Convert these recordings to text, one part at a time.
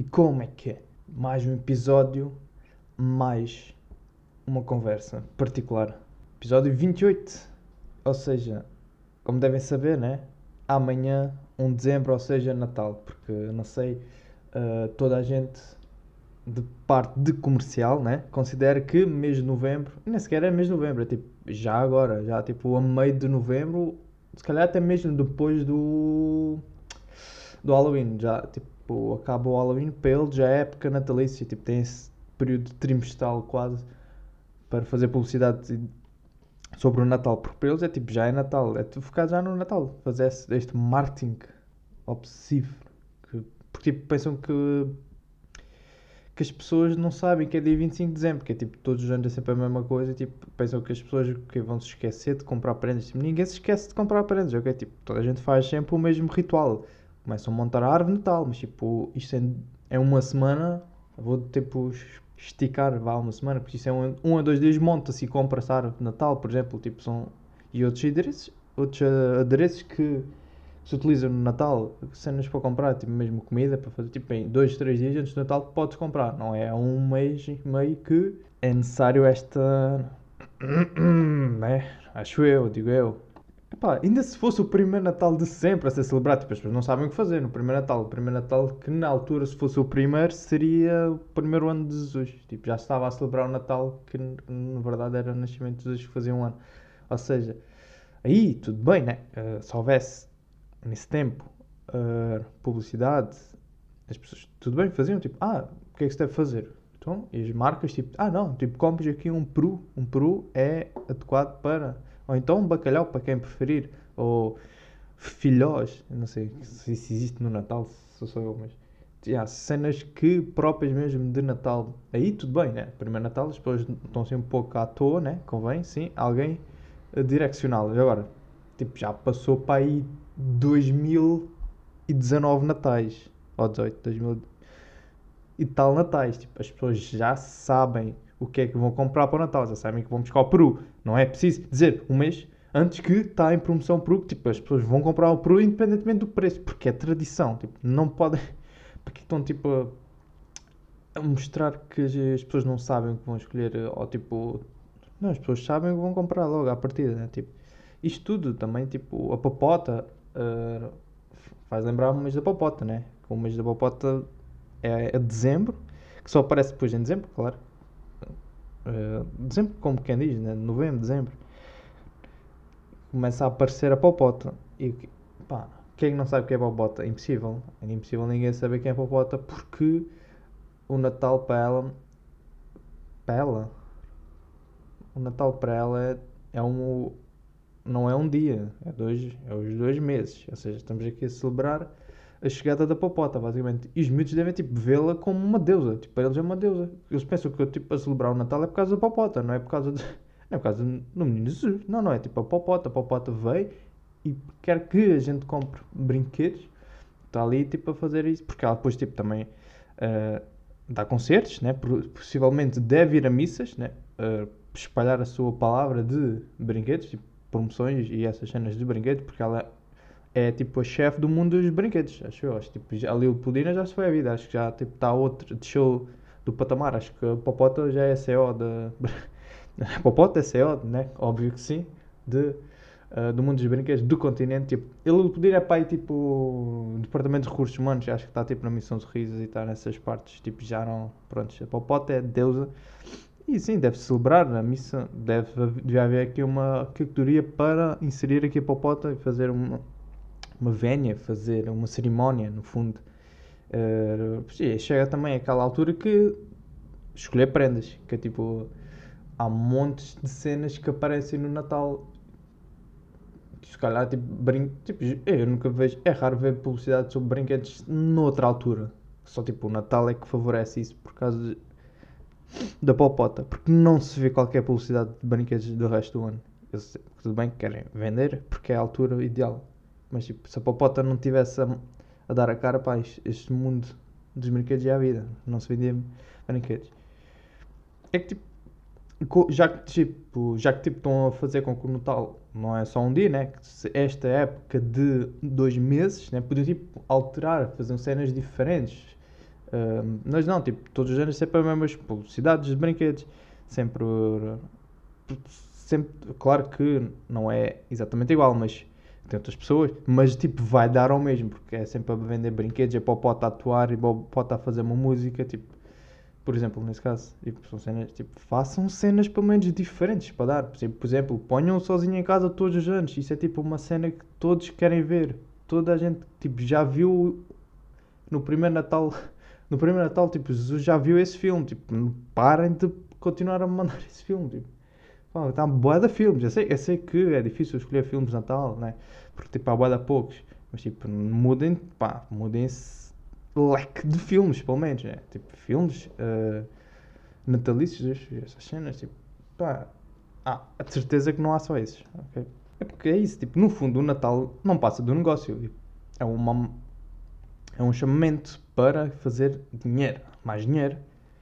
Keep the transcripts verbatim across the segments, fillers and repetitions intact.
E como é que é? Mais um episódio, mais uma conversa particular. Episódio vinte e oito. Ou seja, como devem saber, né? Amanhã, um de dezembro, ou seja, Natal. Porque, não sei, uh, toda a gente de parte de comercial, né? Considera que mês de novembro, nem sequer é mês de novembro, é tipo, já agora, já tipo a meio de novembro, se calhar até mesmo depois do do Halloween, já tipo, acaba o Halloween, para ele já é época natalícia, tipo, tem esse período trimestral quase para fazer publicidade sobre o Natal, porque para eles é tipo, já é Natal, é tu focar já no Natal, fazer este, este marketing obsessivo, que, porque tipo, pensam que que as pessoas não sabem que é dia vinte e cinco de dezembro, que é tipo, todos os anos é sempre a mesma coisa, e tipo, pensam que as pessoas que vão se esquecer de comprar prendas, tipo, ninguém se esquece de comprar prendas, ok? Tipo, toda a gente faz sempre o mesmo ritual, começam a montar a árvore de Natal, mas tipo, isto é, é uma semana, vou tipo esticar, vá uma semana, porque isto é um, um a dois dias monta-se e compra-se a árvore de Natal, por exemplo, tipo, são, e outros adereços, outros uh, adereços que se utiliza no Natal, cenas para comprar, tipo mesmo comida, para fazer tipo em dois, três dias antes do Natal podes comprar. Não é há um mês e meio que é necessário esta. Né? Acho eu, digo eu. Epá, ainda se fosse o primeiro Natal de sempre a ser celebrado, tipo, as pessoas não sabem o que fazer no primeiro Natal. O primeiro Natal, que na altura, se fosse o primeiro, seria o primeiro ano de Jesus. Tipo, já estava a celebrar o Natal, que na verdade era o nascimento de Jesus que fazia um ano. Ou seja, aí tudo bem, né? Uh, se houvesse nesse tempo uh, publicidade, as pessoas tudo bem faziam, tipo, ah, o que é que se deve fazer? Então, e as marcas, tipo, ah não, tipo, compres aqui um peru, um peru é adequado para, ou então um bacalhau para quem preferir, ou filhós, não sei se isso existe no Natal, se sou eu, mas yeah, cenas que próprias mesmo de Natal, aí tudo bem, né? Primeiro Natal as pessoas estão-se um pouco à toa, né? Convém, sim, alguém direcioná-las. Agora, tipo, já passou para aí dois mil e dezanove natais, ou dezoito, dois mil e tal natais. Tipo, as pessoas já sabem o que é que vão comprar para o Natal, já sabem que vão buscar o peru. Não é preciso dizer um mês antes que está em promoção o peru, tipo, as pessoas vão comprar o peru independentemente do preço, porque é tradição. Tipo, não podem. Porque estão tipo a mostrar que as pessoas não sabem o que vão escolher, ou tipo. Não, as pessoas sabem o que vão comprar logo à partida, né? Tipo, isto tudo também, tipo, a papota uh, faz lembrar o mês da papota, né? O mês da papota é, é dezembro, que só aparece depois em dezembro, claro. Uh, dezembro, como quem diz, né? Novembro, dezembro. Começa a aparecer a papota. E pá, quem é que não sabe o que é papota? É impossível. É impossível ninguém saber quem é papota porque o Natal para ela. Para ela? O Natal para ela é, é um. Não é um dia, é, dois, é os dois meses. Ou seja, estamos aqui a celebrar a chegada da papota, basicamente. E os miúdos devem tipo, vê-la como uma deusa. Tipo, para eles é uma deusa. Eles pensam que eu tipo, a celebrar o Natal é por causa da papota, não é por causa de. Não é por causa do menino Jesus. Não, não é tipo a papota. A papota veio e quer que a gente compre brinquedos. Está ali tipo a fazer isso. Porque ela depois tipo também uh, dá concertos, né? Possivelmente deve ir a missas, né? Uh, espalhar a sua palavra de brinquedos, tipo, promoções e essas cenas de brinquedos, porque ela é tipo a chefe do mundo dos brinquedos, acho eu. Acho, tipo, já, a Lil Pudina já se foi a vida, acho que já tipo, está outro, deixou do patamar. Acho que a Popota já é C E O da. A Popota é C E O, né? Óbvio que sim, de, uh, do mundo dos brinquedos do continente. Tipo, a Lil Pudina é pai tipo departamento de recursos humanos, acho que está tipo na missão de risos e está nessas partes. Tipo, já não. Pronto, a Popota é deusa. E sim, deve-se celebrar na missa, deve, deve haver aqui uma categoria para inserir aqui a popota e fazer uma, uma vénia, fazer uma cerimónia, no fundo. Uh, chega também aquela altura que escolher prendas, que é tipo, há montes de cenas que aparecem no Natal. Se calhar, tipo, brin... tipo, eu nunca vejo, é raro ver publicidade sobre brinquedos noutra altura. Só tipo, o Natal é que favorece isso por causa de da popota, porque não se vê qualquer publicidade de brinquedos do resto do ano. Eles, tudo bem que querem vender, porque é a altura ideal. Mas tipo, se a popota não tivesse a, a dar a cara, pá, este mundo dos brinquedos é a vida. Não se vendia brinquedos. É que tipo, já que tipo, já que tipo, estão a fazer com que o Natal não é só um dia, né? Que esta época de dois meses, né? Podiam tipo, alterar, fazer cenas diferentes. Uh, mas não, tipo, todos os anos sempre as mesmas publicidades de brinquedos, sempre, uh, sempre, claro que não é exatamente igual, mas tem outras pessoas, mas tipo, vai dar ao mesmo, porque é sempre a vender brinquedos, é para o pote atuar e para o pote a fazer uma música, tipo, por exemplo, nesse caso, tipo, são cenas, tipo, façam cenas pelo menos diferentes para dar. Por exemplo, por exemplo, ponham sozinho em casa todos os anos. Isso é tipo uma cena que todos querem ver. Toda a gente, tipo, já viu no primeiro Natal. No primeiro Natal, tipo, Jesus já viu esse filme. Tipo, não parem de continuar a mandar esse filme. Tipo, pá, está uma boa de filmes. Eu sei, eu sei que é difícil escolher filmes de Natal, né? Porque, tipo, há boa de poucos. Mas, tipo, mudem, pá, mudem-se leque de filmes, pelo menos, né? Tipo, filmes uh, natalícios, essas cenas, tipo, pá, ah, a certeza que não há só esses, ok? É porque é isso, tipo, no fundo o Natal não passa do negócio, tipo, é uma, é um chamamento para fazer dinheiro, mais dinheiro,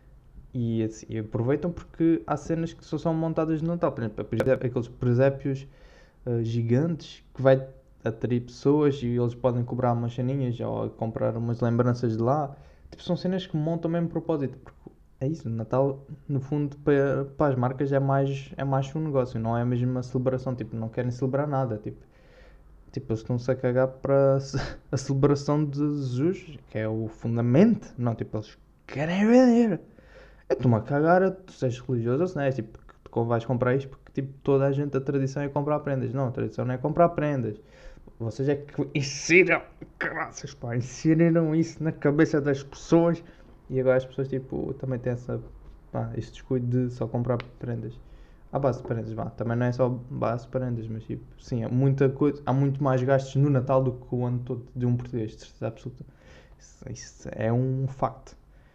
e, assim, e aproveitam porque há cenas que só são montadas no Natal, por exemplo, aqueles presépios uh, gigantes que vai atrair pessoas e eles podem cobrar umas ceninhas ou comprar umas lembranças de lá. Tipo, são cenas que montam mesmo propósito. Porque é isso, o Natal, no fundo, para, para as marcas é mais, é mais um negócio, não é mesmo uma celebração. Tipo, não querem celebrar nada. Tipo, tipo eles estão-se a cagar para a celebração de Jesus, que é o fundamento. Não, tipo, eles querem vender. Eu estou-me a cagar, tu sejas religioso ou se não é, tipo, tu vais comprar isto porque tipo, toda a gente, a tradição é comprar prendas. Não, a tradição não é comprar prendas. Vocês é que ensinam, graças pá, ensinaram isso na cabeça das pessoas e agora as pessoas tipo, também têm essa, pá, este descuido de só comprar prendas. À base de prendas, vá, também não é só base de prendas, mas tipo, sim, há muita coisa, há muito mais gastos no Natal do que o ano todo de um português, de certeza absoluta. Isso, isso é um facto.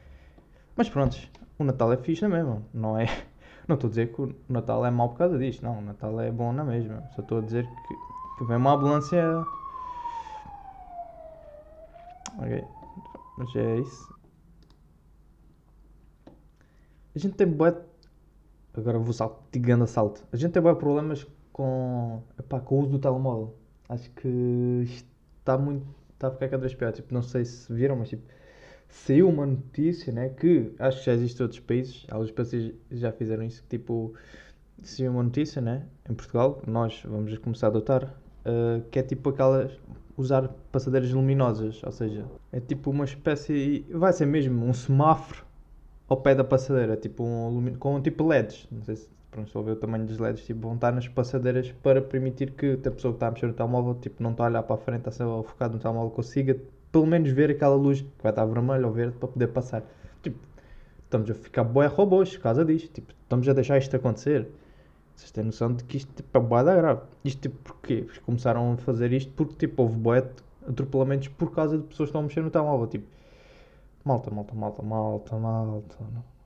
Mas pronto, o Natal é fixe na mesma, não é? Não estou a dizer que o Natal é mau por causa disto, não, o Natal é bom na mesma. Só estou a dizer que, que vem uma ambulância. Ok, mas é isso. A gente tem bué. Agora vou salto, digando assalto. A gente tem bué problemas com, epá, com o uso do telemóvel. Acho que isto está muito. Está a ficar cada vez pior. Tipo, não sei se viram, mas tipo, saiu uma notícia, né? Que acho que já existe em outros países. Alguns países já fizeram isso. Que tipo, saiu uma notícia, né? Em Portugal, nós vamos começar a adotar. Uh, que é tipo aquelas. Usar passadeiras luminosas. Ou seja, é tipo uma espécie. Vai ser mesmo um semáforo ao pé da passadeira, tipo um, com um tipo L E Ds. Não sei se pronto, estou a ver o tamanho dos L E Ds, tipo, vão estar nas passadeiras para permitir que a pessoa que está a mexer no telemóvel tipo, não está a olhar para a frente, está a focar no telemóvel, consiga pelo menos ver aquela luz que vai estar vermelha ou verde para poder passar. Tipo, estamos a ficar bué robôs por causa disto. Tipo, estamos a deixar isto acontecer. Vocês têm noção de que isto tipo, é bué da grave. Isto tipo, porquê? Porque começaram a fazer isto porque tipo, houve bué de atropelamentos por causa de pessoas que estão a mexer no telemóvel. Tipo, malta, malta, malta, malta, malta.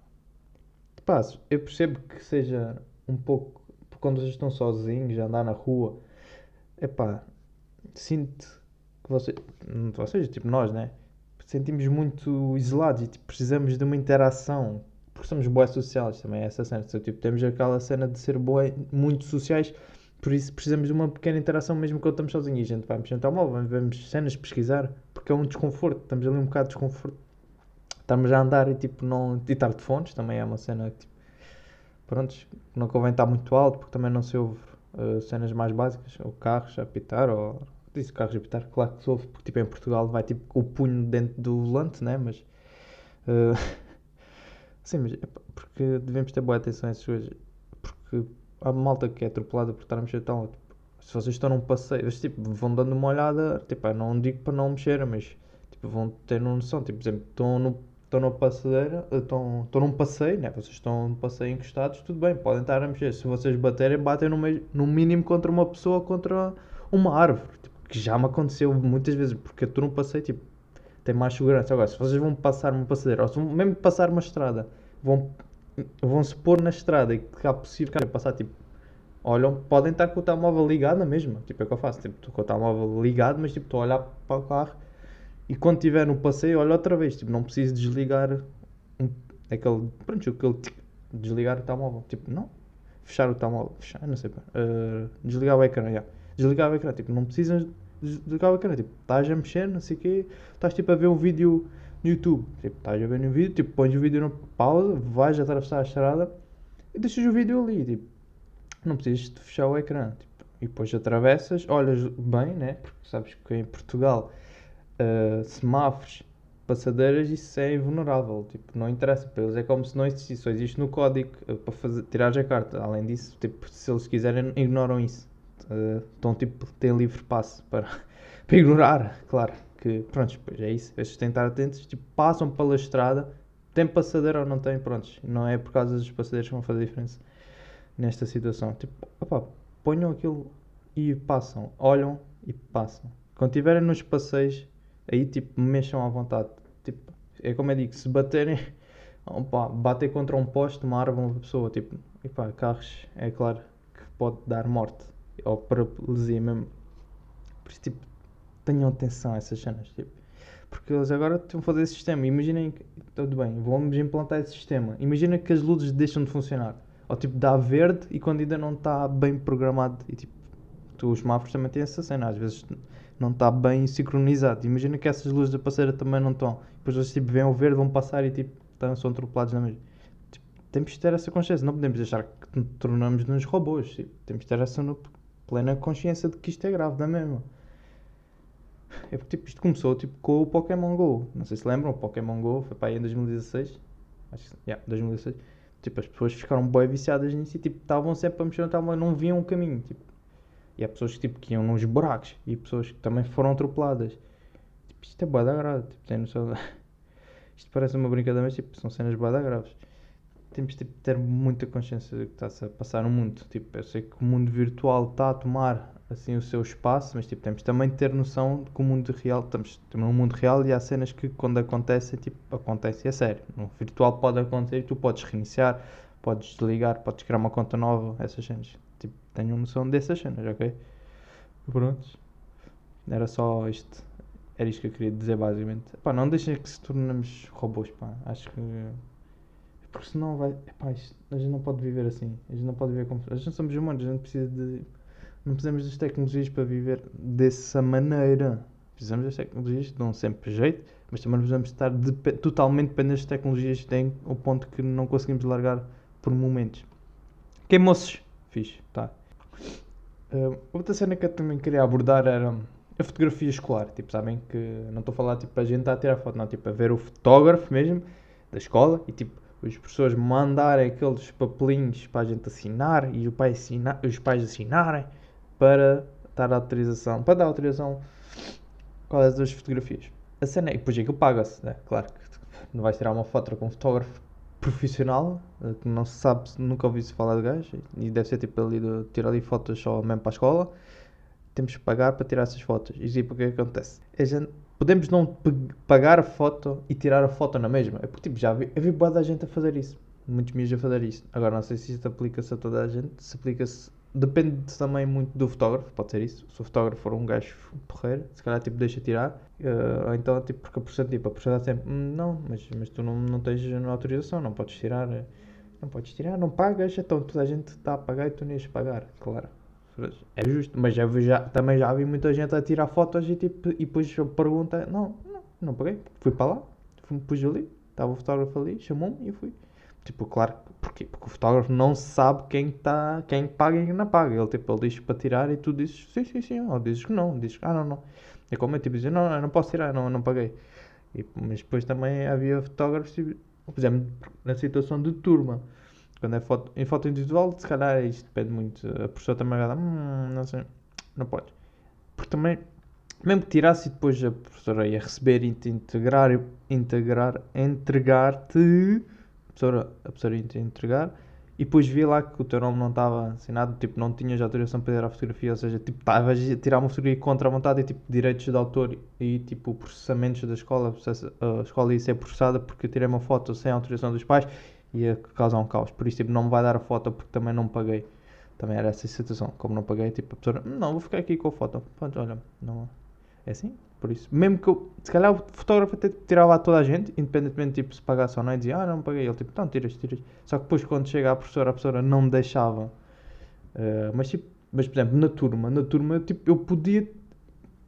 Pá, eu percebo que seja um pouco. Quando vocês estão sozinhos a andar na rua, epá, sinto que vocês. Vocês, tipo nós, né? Sentimos muito isolados e tipo, precisamos de uma interação. Porque somos boas sociais também, é essa cena. Então, tipo, temos aquela cena de ser boa, muito sociais, por isso precisamos de uma pequena interação mesmo quando estamos sozinhos. E a gente vai mexer no telemóvel, vamos cenas pesquisar, porque é um desconforto. Estamos ali um bocado de desconforto. Estamos a andar e tipo não. E estar de fones também é uma cena que tipo, prontos, não convém estar muito alto porque também não se ouve uh, cenas mais básicas, ou carros a apitar, ou disse carros a apitar, claro que se ouve, porque tipo em Portugal vai tipo com o punho dentro do volante, né? Mas uh, sim, mas epá, porque devemos ter boa atenção a essas coisas, porque há malta que é atropelada por estar a mexer tão. Tipo, se vocês estão num passeio, eles, tipo, vão dando uma olhada, tipo, eu não digo para não mexer, mas tipo, vão ter noção, tipo, por exemplo, estão no estão numa passadeira, estão, estão num passeio, né? Vocês estão num passeio encostados, tudo bem, podem estar a mexer. Se vocês baterem, batem no, meio, no mínimo contra uma pessoa, contra uma árvore. Tipo, que já me aconteceu muitas vezes, porque eu estou num passeio, tipo, tem mais segurança. Agora, se vocês vão passar uma passadeira, ou se vão mesmo passar uma estrada, vão, vão se pôr na estrada e que há possível cara, passar, tipo, olham, podem estar com o telemóvel ligado na mesma. Tipo, é o que eu faço, tipo, estou com o telemóvel ligado, mas tipo, estou a olhar para o carro. E quando estiver no passeio, olha outra vez. Tipo, não preciso desligar um, aquele. Pronto, aquele. Desligar o telemóvel. Tipo, não. Fechar o telemóvel. Fechar, não sei. Uh, desligar o ecrã, já. Desligar o ecrã. Tipo, não precisas. desligava a câmera, tipo, estás a mexer, não sei o quê, estás tipo a ver um vídeo no YouTube, tipo, estás a ver um vídeo, tipo, pões o vídeo na pausa, vais atravessar a estrada e deixas o vídeo ali, tipo, não precisas de fechar o ecrã, tipo, e depois atravessas, olhas bem, né, porque sabes que em Portugal uh, semáforos, passadeiras, isso é invulnerável, tipo, não interessa para eles, é como se não existisse, só existe no código uh, para fazer, tirar a carta, além disso, tipo, se eles quiserem, ignoram isso, uh, então, tipo, têm livre passo para, para ignorar, claro, que, pronto, depois é isso, estes têm de estar atentos, tipo, passam pela estrada, tem passadeira ou não tem, prontos, não é por causa dos passadeiros que vão fazer diferença nesta situação, tipo, opá, ponham aquilo e passam, olham e passam, quando estiverem nos passeios, aí tipo mexam à vontade. Tipo, é como eu digo, se baterem, opa, bater contra um poste, uma árvore, uma pessoa, tipo, e pá, carros, é claro que pode dar morte ou paralisia mesmo. Por isso, tipo, tenham atenção a essas cenas, tipo, porque eles agora estão a fazer esse sistema. Imaginem, que, tudo bem, vamos implantar esse sistema. Imagina que as luzes deixam de funcionar, ou tipo, dá verde e quando ainda não está bem programado, e tipo, tu, os semáforos também têm essa cena, às vezes não está bem sincronizado. Imagina que essas luzes da passeira também não estão. Depois eles tipo, veem o verde, vão passar e tipo, estão, são atropelados na mesma. Tipo, temos de ter essa consciência, não podemos deixar que nos tornamos nos robôs. Tipo, temos de ter essa no, plena consciência de que isto é grave, não é mesmo? É porque tipo, isto começou tipo, com o Pokémon GO. Não sei se lembram, o Pokémon GO foi para aí em dois mil e dezasseis. Acho que yeah, dois mil e dezasseis. Tipo, as pessoas ficaram bem viciadas nisso e tipo, estavam sempre a mexer no telemóvel, não viam o caminho. Tipo, e há pessoas que, tipo, que iam nos buracos e pessoas que também foram atropeladas. Tipo, isto é bué da grave. Tipo, tem noção. Isto parece uma brincadeira, mas tipo, são cenas bué da graves. Temos tipo, de ter muita consciência do que está-se a passar no mundo. Tipo, eu sei que o mundo virtual está a tomar assim o seu espaço, mas tipo, temos também de ter noção de que o mundo real, estamos, estamos num mundo real e há cenas que quando acontecem, tipo, acontecem a sério. No virtual pode acontecer e tu podes reiniciar, podes desligar, podes criar uma conta nova, essas cenas. Tipo, tenham noção dessas cenas, ok? Prontos. Era só isto. Era isto que eu queria dizer basicamente. Pá, não deixem que se tornemos robôs, pá. Acho que. Porque senão vai. Epá, isto, a gente não pode viver assim. A gente não pode viver como. A gente somos humanos, a gente precisa de. Não precisamos das tecnologias para viver dessa maneira. Precisamos das tecnologias, dão sempre jeito, mas também não precisamos estar de, totalmente dependentes das tecnologias que têm o ponto que não conseguimos largar por momentos. Que moços? Fixe, tá. Uh, outra cena que eu também queria abordar era a fotografia escolar. Tipo, sabem que não estou a falar tipo a gente a tirar foto, não, tipo a ver o fotógrafo mesmo da escola e tipo os professores mandarem aqueles papelinhos para a gente assinar e o pai assinar, os pais assinarem para dar autorização, para dar autorização qual é das fotografias. A cena é que depois aquilo paga-se, né? Claro que não vais tirar uma foto com um fotógrafo profissional, que não se sabe, nunca ouvi-se falar de gajo, e deve ser tipo ali de tirar ali fotos só mesmo para a escola. Temos que pagar para tirar essas fotos. E tipo, o que é que acontece? A gente, podemos não pagar a foto e tirar a foto na mesma. É porque tipo, já vi, eu vi boa da gente a fazer isso. Muitos miúdos a fazer isso. Agora não sei se isto aplica-se a toda a gente. Se aplica-se. Depende também muito do fotógrafo, pode ser isso. Se o fotógrafo for um gajo porreiro, se calhar tipo deixa tirar. Uh, ou então tipo, porque a professora, tipo, a professora sempre, hm, não, mas, mas tu não, não tens autorização, não podes tirar. Não podes tirar, não pagas, então toda a gente está a pagar e tu nem ias pagar, claro. É justo, mas já, já, também já vi muita gente a tirar fotos e, tipo, e depois pergunta, não, não, não paguei, fui para lá, fui, pus ali, estava o fotógrafo ali, chamou-me e eu fui. Tipo, claro, porquê? Porque o fotógrafo não sabe quem, tá, quem paga e quem não paga. Ele, tipo, ele diz para tirar e tu dizes, sim, sim, sim, ou dizes que não, dizes, ah, não, não. É como eu, tipo, dizer, não, não, não posso tirar, não, não paguei. E, mas depois também havia fotógrafos, tipo, por exemplo, na situação de turma. Quando é foto, em foto individual, se calhar isto depende muito. A professora também vai dar, hum, não sei, não pode. Porque também, mesmo que tirasse e depois a professora ia receber e te integrar, integrar, entregar-te, a professora, a professora ia te entregar, e depois via lá que o teu nome não estava assinado, tipo, não tinhas autorização para tirar a fotografia, ou seja, tipo, estavas a tirar uma fotografia contra a vontade e tipo, direitos de autor e tipo, processamentos da escola, a escola ia ser processada porque eu tirei uma foto sem autorização dos pais, ia causar um caos. Por isso, tipo, não me vai dar a foto porque também não paguei. Também era essa a situação. Como não paguei, tipo, a pessoa, não, vou ficar aqui com a foto. Pronto, olha, não. É assim? Por isso. Mesmo que eu, se calhar o fotógrafo até tirava a toda a gente, independentemente, tipo, se pagasse ou não, e dizia, ah, não paguei. Ele, tipo, então, tiras, tiras. Só que depois, quando chega a professora, a professora não me deixava. Uh, mas, tipo, mas, por exemplo, na turma, na turma, eu, tipo, eu podia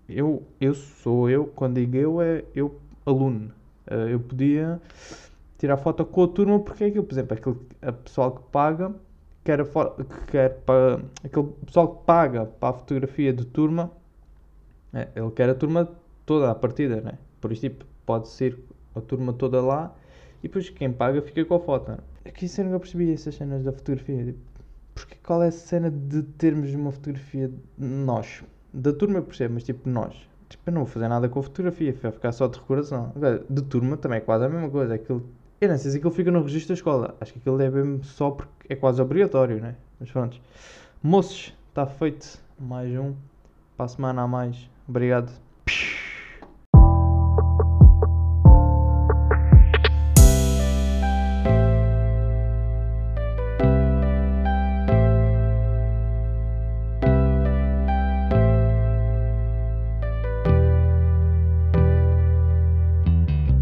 eu, eu sou eu, quando digo eu, é eu, aluno. Eh, eu podia tirar foto com a turma porque é aquilo, por exemplo, aquele a pessoal que paga, quer a fo- que quer para, aquele pessoal que paga para a fotografia de turma, é, ele quer a turma toda à partida, né? Por isso, tipo, pode ser a turma toda lá e depois quem paga fica com a foto. É que isso eu nunca percebi, essas cenas da fotografia. Tipo, porque qual é a cena de termos uma fotografia de nós? Da turma eu percebo, mas tipo, nós. Tipo, eu não vou fazer nada com a fotografia, vai ficar só de recordação. Agora, de turma também é quase a mesma coisa. Aquilo, eu não sei se aquilo fica no registro da escola. Acho que aquilo é mesmo só porque é quase obrigatório, né? Mas pronto. Moços, está feito mais um. Para a semana a mais. Obrigado